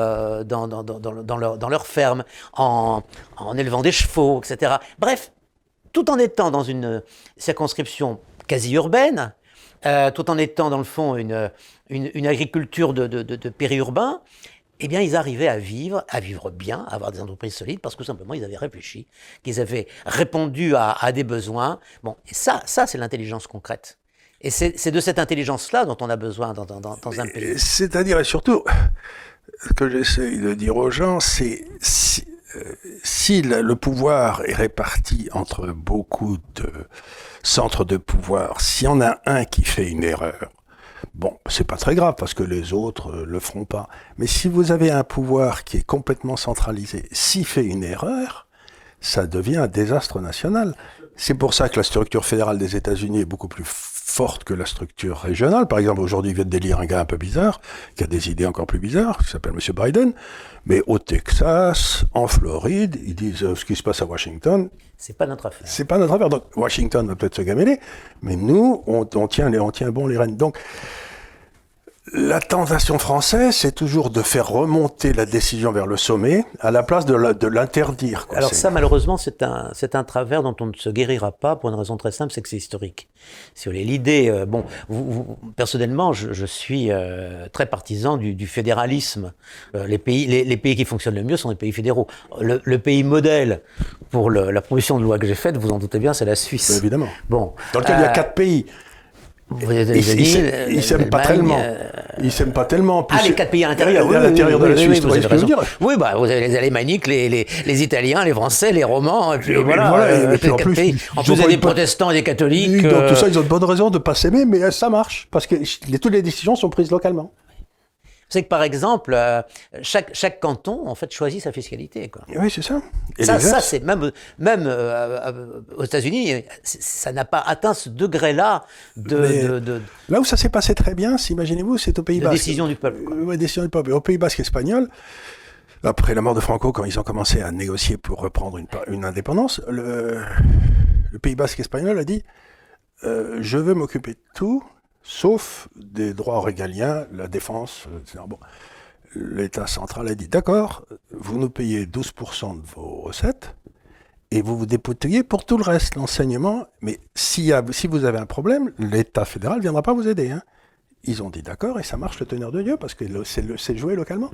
dans leur ferme, en élevant des chevaux, etc. Bref, tout en étant dans une circonscription quasi urbaine, tout en étant dans le fond une agriculture de périurbain, eh bien, ils arrivaient à vivre bien, à avoir des entreprises solides, parce que simplement, ils avaient réfléchi, qu'ils avaient répondu à des besoins. Bon, et ça c'est l'intelligence concrète. Et c'est de cette intelligence-là dont on a besoin dans un pays. C'est-à-dire, et surtout, ce que j'essaie de dire aux gens, c'est si le pouvoir est réparti entre beaucoup de centres de pouvoir, s'il y en a un qui fait une erreur, Bon, c'est pas très grave parce que les autres le feront pas. Mais si vous avez un pouvoir qui est complètement centralisé, s'il fait une erreur, ça devient un désastre national. C'est pour ça que la structure fédérale des États-Unis est beaucoup plus forte que la structure régionale. Par exemple, aujourd'hui, il vient d'élire un gars un peu bizarre, qui a des idées encore plus bizarres, qui s'appelle M. Biden. Mais au Texas, en Floride, ils disent ce qui se passe à Washington. C'est pas notre affaire. C'est pas notre affaire. Donc, Washington va peut-être se gameler, mais nous, on tient bon les rênes. Donc, la tentation française, c'est toujours de faire remonter la décision vers le sommet à la place de l'interdire. Alors ça, malheureusement, c'est un travers dont on ne se guérira pas pour une raison très simple, c'est que c'est historique. Si vous voulez, l'idée, personnellement, je suis très partisan du fédéralisme. Les pays qui fonctionnent le mieux sont les pays fédéraux. Le pays modèle pour la proposition de loi que j'ai faite, vous en doutez bien, c'est la Suisse. Oui, évidemment. Bon, dans lequel il y a 4 pays. Ils s'aiment pas tellement. Ils s'aiment pas tellement. Plus les 4 pays à l'intérieur. À l'intérieur de la Suisse, vous avez raison. Oui, bah, vous avez les Alémaniques, les Italiens, les Français, les Romands, et puis voilà. Et puis en plus, vous avez des protestants et des catholiques. Dans tout ça, ils ont de bonnes raisons de pas s'aimer, mais ça marche. Parce que toutes les décisions sont prises localement. C'est que, par exemple, chaque canton, en fait, choisit sa fiscalité, quoi. Oui, c'est ça. Et ça c'est même aux États-Unis, ça n'a pas atteint ce degré-là Là où ça s'est passé très bien, imaginez-vous, c'est au Pays Basque. Décision du peuple. Oui, décision du peuple. Au Pays Basque espagnol, après la mort de Franco, quand ils ont commencé à négocier pour reprendre une indépendance, le Pays Basque espagnol a dit je veux m'occuper de tout, sauf des droits régaliens, la défense, etc. Bon, l'État central a dit d'accord, vous nous payez 12% de vos recettes et vous vous dépouillez pour tout le reste, l'enseignement. Mais si vous avez un problème, l'État fédéral ne viendra pas vous aider. Hein. Ils ont dit d'accord et ça marche le teneur de Dieu parce que c'est joué localement.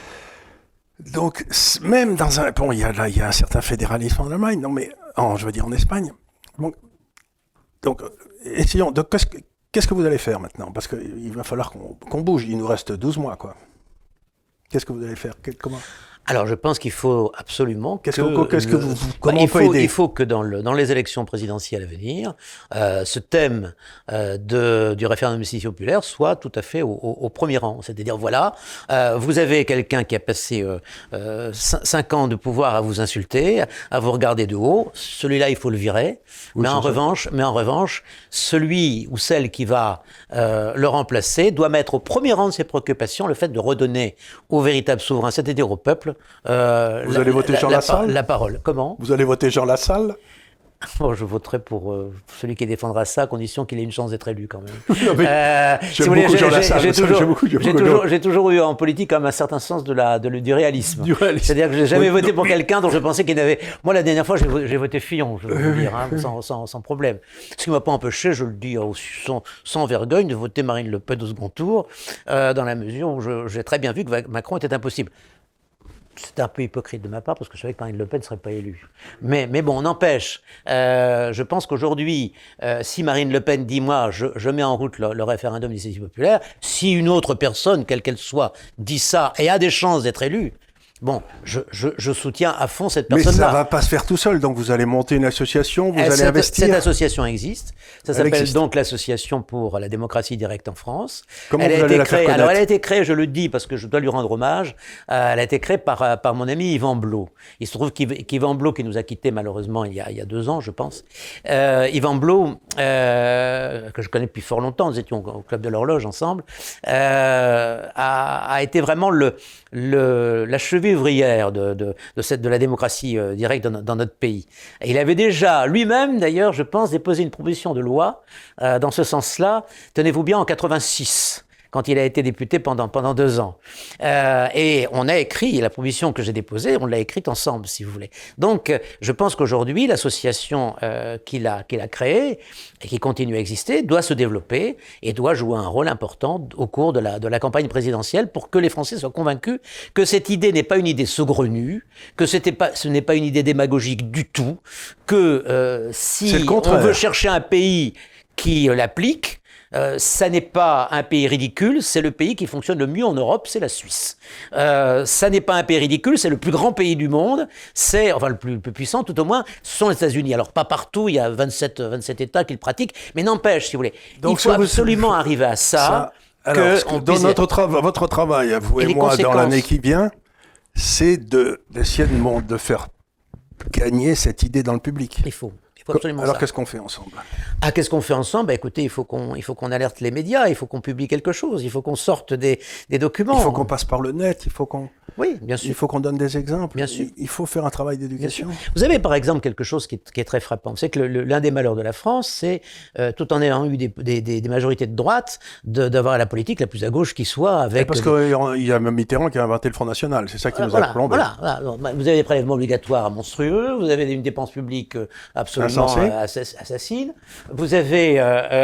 Donc, même dans un... Bon, il y a un certain fédéralisme en Allemagne, non mais, je veux dire en Espagne. Bon, donc, essayons. Donc, qu'est-ce que vous allez faire maintenant? Parce qu'il va falloir qu'on bouge. Il nous reste 12 mois, quoi. Qu'est-ce que vous allez faire? Comment? Alors, je pense qu'il faut absolument comment on peut aider? Il faut que dans les élections présidentielles à venir, ce thème du référendum d'initiative populaire soit tout à fait au premier rang. C'est-à-dire, voilà, vous avez quelqu'un qui a passé 5 ans de pouvoir à vous insulter, à vous regarder de haut. Celui-là, il faut le virer. Oui, mais en revanche, celui ou celle qui va le remplacer doit mettre au premier rang de ses préoccupations le fait de redonner au véritable souverain, c'est-à-dire au peuple, vous allez voter Jean Lassalle ? La parole. Comment ? Vous allez voter Jean Lassalle ? Bon, je voterai pour celui qui défendra ça, à condition qu'il ait une chance d'être élu quand même. J'ai toujours eu en politique comme un certain sens du réalisme. C'est-à-dire que j'ai jamais voté pour quelqu'un dont je pensais qu'il n'avait... Moi, la dernière fois, j'ai voté Fillon, je veux dire, sans problème. Ce qui ne m'a pas empêché, je le dis sans vergogne, de voter Marine Le Pen au second tour, dans la mesure où j'ai très bien vu que Macron était impossible. C'était un peu hypocrite de ma part parce que je savais que Marine Le Pen ne serait pas élue. Mais bon, n'empêche, je pense qu'aujourd'hui, si Marine Le Pen dit « moi, je mets en route le référendum d'initiative populaire », si une autre personne, quelle qu'elle soit, dit ça et a des chances d'être élue, bon, je soutiens à fond cette personne-là. Mais ça ne va pas se faire tout seul, donc vous allez monter une association, vous allez investir. Cette association existe, ça s'appelle donc l'Association pour la démocratie directe en France. Comment vous allez la faire connaître ? Alors elle a été créée, je le dis parce que je dois lui rendre hommage, elle a été créée par mon ami Yvan Blot. Il se trouve qu'Yvan Blot, qui nous a quittés malheureusement il y a 2 ans, je pense, Yvan Blot, que je connais depuis fort longtemps, nous étions au Club de l'Horloge ensemble, a été vraiment la cheville ouvrière de la démocratie directe dans notre pays. Et il avait déjà, lui-même d'ailleurs, je pense, déposé une proposition de loi dans ce sens-là, tenez-vous bien, en 86. Quand il a été député pendant 2 ans. Et on a écrit, la proposition que j'ai déposée, on l'a écrite ensemble, si vous voulez. Donc, je pense qu'aujourd'hui, l'association qu'il a créée et qui continue à exister doit se développer et doit jouer un rôle important au cours de la campagne présidentielle pour que les Français soient convaincus que cette idée n'est pas une idée saugrenue, que ce n'est pas une idée démagogique du tout, que si on veut chercher un pays qui l'applique, ça n'est pas un pays ridicule, c'est le pays qui fonctionne le mieux en Europe, c'est la Suisse. Ça n'est pas un pays ridicule, c'est le plus grand pays du monde, enfin le plus puissant tout au moins, ce sont les États-Unis. Alors pas partout, il y a 27 États qui le pratiquent, mais n'empêche, si vous voulez. Donc, il faut absolument arriver à ça. Alors, votre travail, à vous et moi, dans l'année qui vient, c'est d'essayer de faire gagner cette idée dans le public. Il faut absolument Alors, ça. qu'est-ce qu'on fait ensemble? Qu'est-ce qu'on fait ensemble? Écoutez, il faut qu'on alerte les médias, il faut qu'on publie quelque chose, il faut qu'on sorte des documents. Il faut qu'on passe par le net, il faut qu'on... Oui, bien sûr. Il faut qu'on donne des exemples. Bien sûr. Il faut faire un travail d'éducation. Vous avez par exemple quelque chose qui est très frappant. C'est que l'un des malheurs de la France, c'est, tout en ayant eu des majorités de droite, d'avoir la politique la plus à gauche qui soit. Avec parce qu'il y a même Mitterrand qui a inventé le Front National. C'est ça qui nous a plombé. Voilà. Vous avez des prélèvements obligatoires monstrueux, vous avez une dépense publique absolument assassine. Vous avez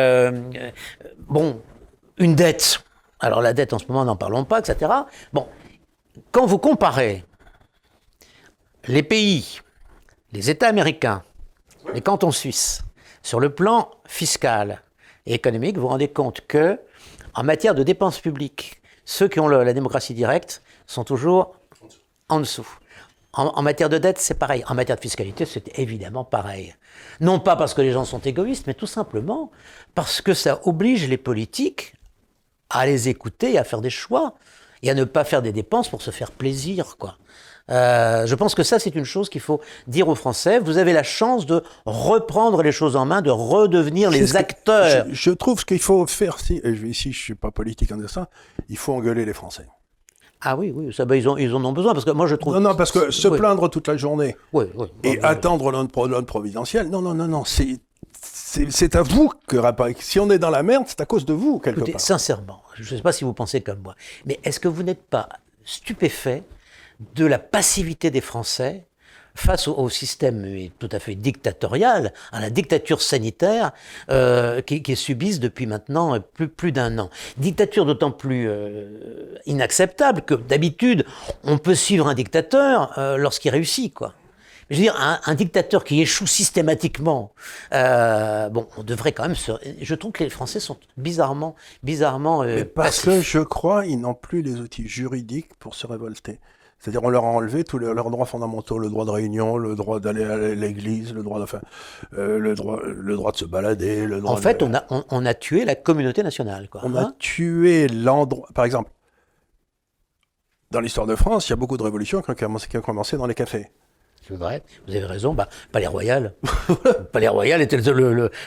une dette. Alors la dette en ce moment, n'en parlons pas, etc. Bon. Quand vous comparez les pays, les États américains, les cantons suisses, sur le plan fiscal et économique, vous vous rendez compte que, en matière de dépenses publiques, ceux qui ont la démocratie directe sont toujours en dessous. En matière de dette, c'est pareil. En matière de fiscalité, c'est évidemment pareil. Non pas parce que les gens sont égoïstes, mais tout simplement parce que ça oblige les politiques à les écouter et à faire des choix. Et à ne pas faire des dépenses pour se faire plaisir, quoi. Je pense que ça, c'est une chose qu'il faut dire aux Français. Vous avez la chance de reprendre les choses en main, de redevenir les acteurs. Je trouve ce qu'il faut faire, ici je ne suis pas politique en disant ça, il faut engueuler les Français. Ah oui, ça, ils en ont besoin, parce que moi je trouve... Non, parce que se plaindre toute la journée et attendre l'onde providentielle, non, c'est à vous que si on est dans la merde, c'est à cause de vous, quelque part. Sincèrement, je ne sais pas si vous pensez comme moi, mais est-ce que vous n'êtes pas stupéfait de la passivité des Français face au système tout à fait dictatorial, à la dictature sanitaire qui subissent depuis maintenant plus d'un an. Dictature d'autant plus inacceptable que d'habitude, on peut suivre un dictateur lorsqu'il réussit, quoi. Je veux dire, un dictateur qui échoue systématiquement, on devrait quand même je trouve que les Français sont bizarrement parce que je crois ils n'ont plus les outils juridiques pour se révolter. C'est-à-dire on leur a enlevé tous leurs droits fondamentaux, le droit de réunion, le droit d'aller à l'église, le droit de se balader, le droit. En fait, on a tué la communauté nationale, quoi. On a tué l'endroit. Par exemple, dans l'histoire de France, il y a beaucoup de révolutions qui ont commencé dans les cafés. C'est vrai, vous avez raison. Palais Royal. Palais Royal était tout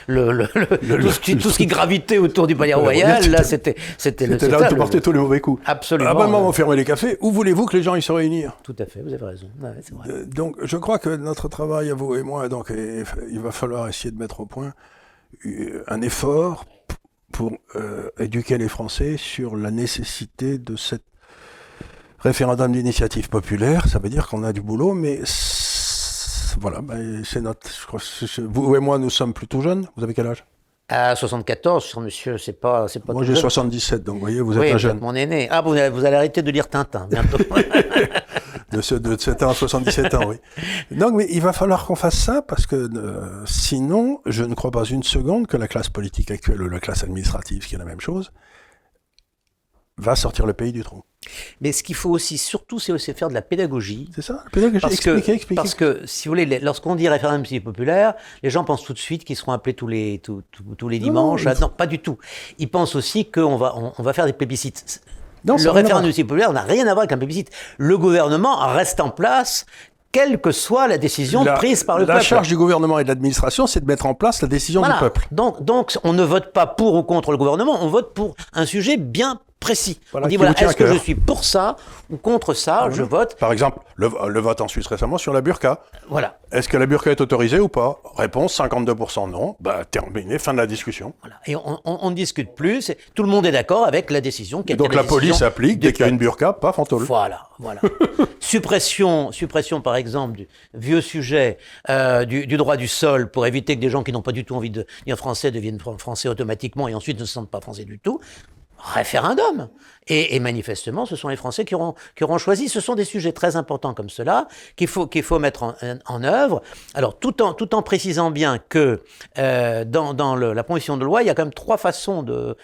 ce qui gravitait autour du Palais Royal. Là, c'était là où tu portais tous les mauvais coups. Absolument. À un moment, on fermait les cafés. Où voulez-vous que les gens y se réunissent? Tout à fait, vous avez raison. Ouais, c'est vrai. Donc, je crois que notre travail, à vous et moi, il va falloir essayer de mettre au point un effort pour éduquer les Français sur la nécessité de cette référendum d'initiative populaire. Ça veut dire qu'on a du boulot, mais voilà, c'est vous et moi, nous sommes plutôt jeunes. Vous avez quel âge? À 74, monsieur, c'est pas moi, j'ai 77, donc vous voyez, vous êtes un jeune. Mon aîné. Ah, vous allez arrêter de lire Tintin, bientôt. de 7 ans à 77 ans, oui. Donc, mais il va falloir qu'on fasse ça, parce que sinon, je ne crois pas une seconde que la classe politique actuelle, ou la classe administrative, qui est la même chose, va sortir le pays du trou. Mais ce qu'il faut aussi, surtout, c'est aussi faire de la pédagogie. C'est ça, la pédagogie. Expliquez. Parce que, si vous voulez, lorsqu'on dit référendum populaire, les gens pensent tout de suite qu'ils seront appelés tous les dimanches. Non, pas du tout. Ils pensent aussi qu'on va faire des plébiscites. Non, le référendum populaire n'a rien à voir avec un plébiscite. Le gouvernement reste en place, quelle que soit la décision prise par le peuple. La charge du gouvernement et de l'administration, c'est de mettre en place la décision du peuple. Donc, on ne vote pas pour ou contre le gouvernement, on vote pour un sujet bien précis. Voilà, on dit, est-ce que je suis pour ça ou contre ça, je vote. Par exemple, le vote en Suisse récemment sur la burqa. Voilà. Est-ce que la burqa est autorisée ou pas? Réponse, 52% non. Terminé, fin de la discussion. Voilà. Et on ne discute plus, tout le monde est d'accord avec la décision. Donc la police applique, dès qu'il y a une burqa, paf, on tôle. Voilà. Suppression, par exemple, du vieux sujet du droit du sol pour éviter que des gens qui n'ont pas du tout envie de dire français deviennent français automatiquement et ensuite ne se sentent pas français du tout. Référendum. Et manifestement, ce sont les Français qui auront choisi. Ce sont des sujets très importants comme cela qu'il faut mettre en œuvre. Alors, tout en précisant bien que dans la proposition de loi, il y a quand même 3 façons de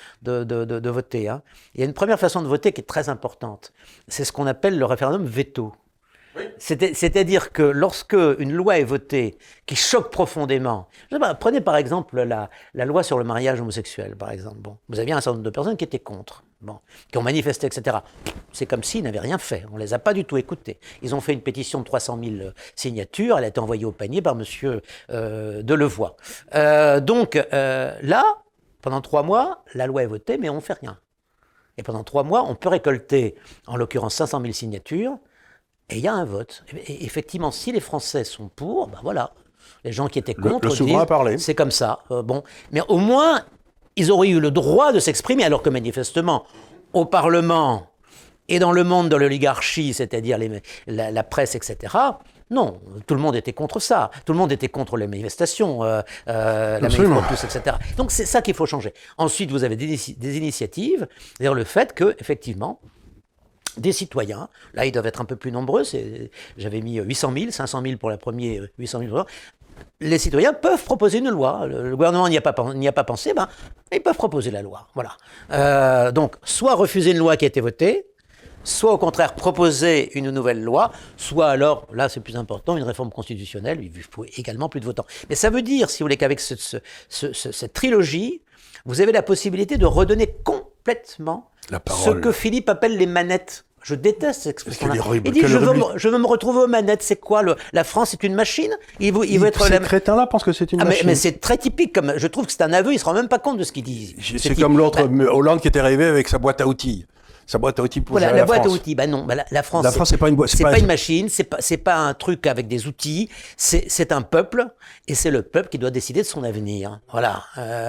voter. Hein. Il y a une première façon de voter qui est très importante. C'est ce qu'on appelle le référendum veto. C'est-à-dire que lorsque une loi est votée qui choque profondément, je sais pas, prenez par exemple la loi sur le mariage homosexuel, par exemple. Bon, vous aviez un certain nombre de personnes qui étaient contre, bon, qui ont manifesté, etc. C'est comme s'ils n'avaient rien fait. On les a pas du tout écoutés. Ils ont fait une pétition de 300 000 signatures. Elle a été envoyée au panier par Monsieur Delevoye. Donc là, pendant 3 mois, la loi est votée, mais on ne fait rien. Et pendant 3 mois, on peut récolter, en l'occurrence, 500 000 signatures. Et il y a un vote. Et effectivement, si les Français sont pour, ben voilà. Les gens qui étaient contre le souverain a parlé. c'est comme ça. Bon, mais au moins, ils auraient eu le droit de s'exprimer, alors que manifestement, au Parlement et dans le monde de l'oligarchie, c'est-à-dire la presse, etc., non, tout le monde était contre ça. Tout le monde était contre les manifestations, la manif pour tous, etc. Donc c'est ça qu'il faut changer. Ensuite, vous avez des initiatives, c'est-à-dire le fait que, effectivement, des citoyens, là ils doivent être un peu plus nombreux, j'avais mis 800 000, 500 000 pour la première, 800 000 les citoyens peuvent proposer une loi. Le gouvernement n'y a pas pensé, ben, ils peuvent proposer la loi. Voilà. Donc, soit refuser une loi qui a été votée, soit au contraire proposer une nouvelle loi, soit alors, là c'est plus important, une réforme constitutionnelle, il faut également plus de votants. Mais ça veut dire, si vous voulez, qu'avec cette trilogie, vous avez la possibilité de redonner complètement ce que Philippe appelle les manettes. Je déteste cette expression-là. Il dit, je veux me retrouver aux manettes. C'est quoi la France est une machine. Il veut être ces crétins-là pensent que c'est une machine. Mais c'est très typique. Je trouve que c'est un aveu. Il ne se rend même pas compte de ce qu'il dit. C'est comme l'autre Hollande qui était arrivé avec sa boîte à outils. Sa boîte à outils pour voilà, la boîte à outils. Non, la France, c'est pas une boîte. C'est pas une machine. C'est pas un truc avec des outils. C'est un peuple, et c'est le peuple qui doit décider de son avenir. Voilà.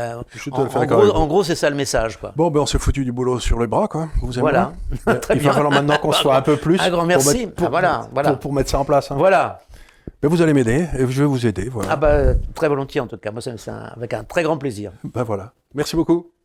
En gros, c'est ça le message, quoi. Bon, on s'est foutu du boulot sur les bras, quoi. Vous aimez voilà. Il va falloir maintenant qu'on soit un peu plus. Un grand merci. Pour mettre ça en place. Hein. Voilà. Mais vous allez m'aider et je vais vous aider. Voilà. Très volontiers en tout cas. Moi, c'est avec un très grand plaisir. Voilà. Merci beaucoup.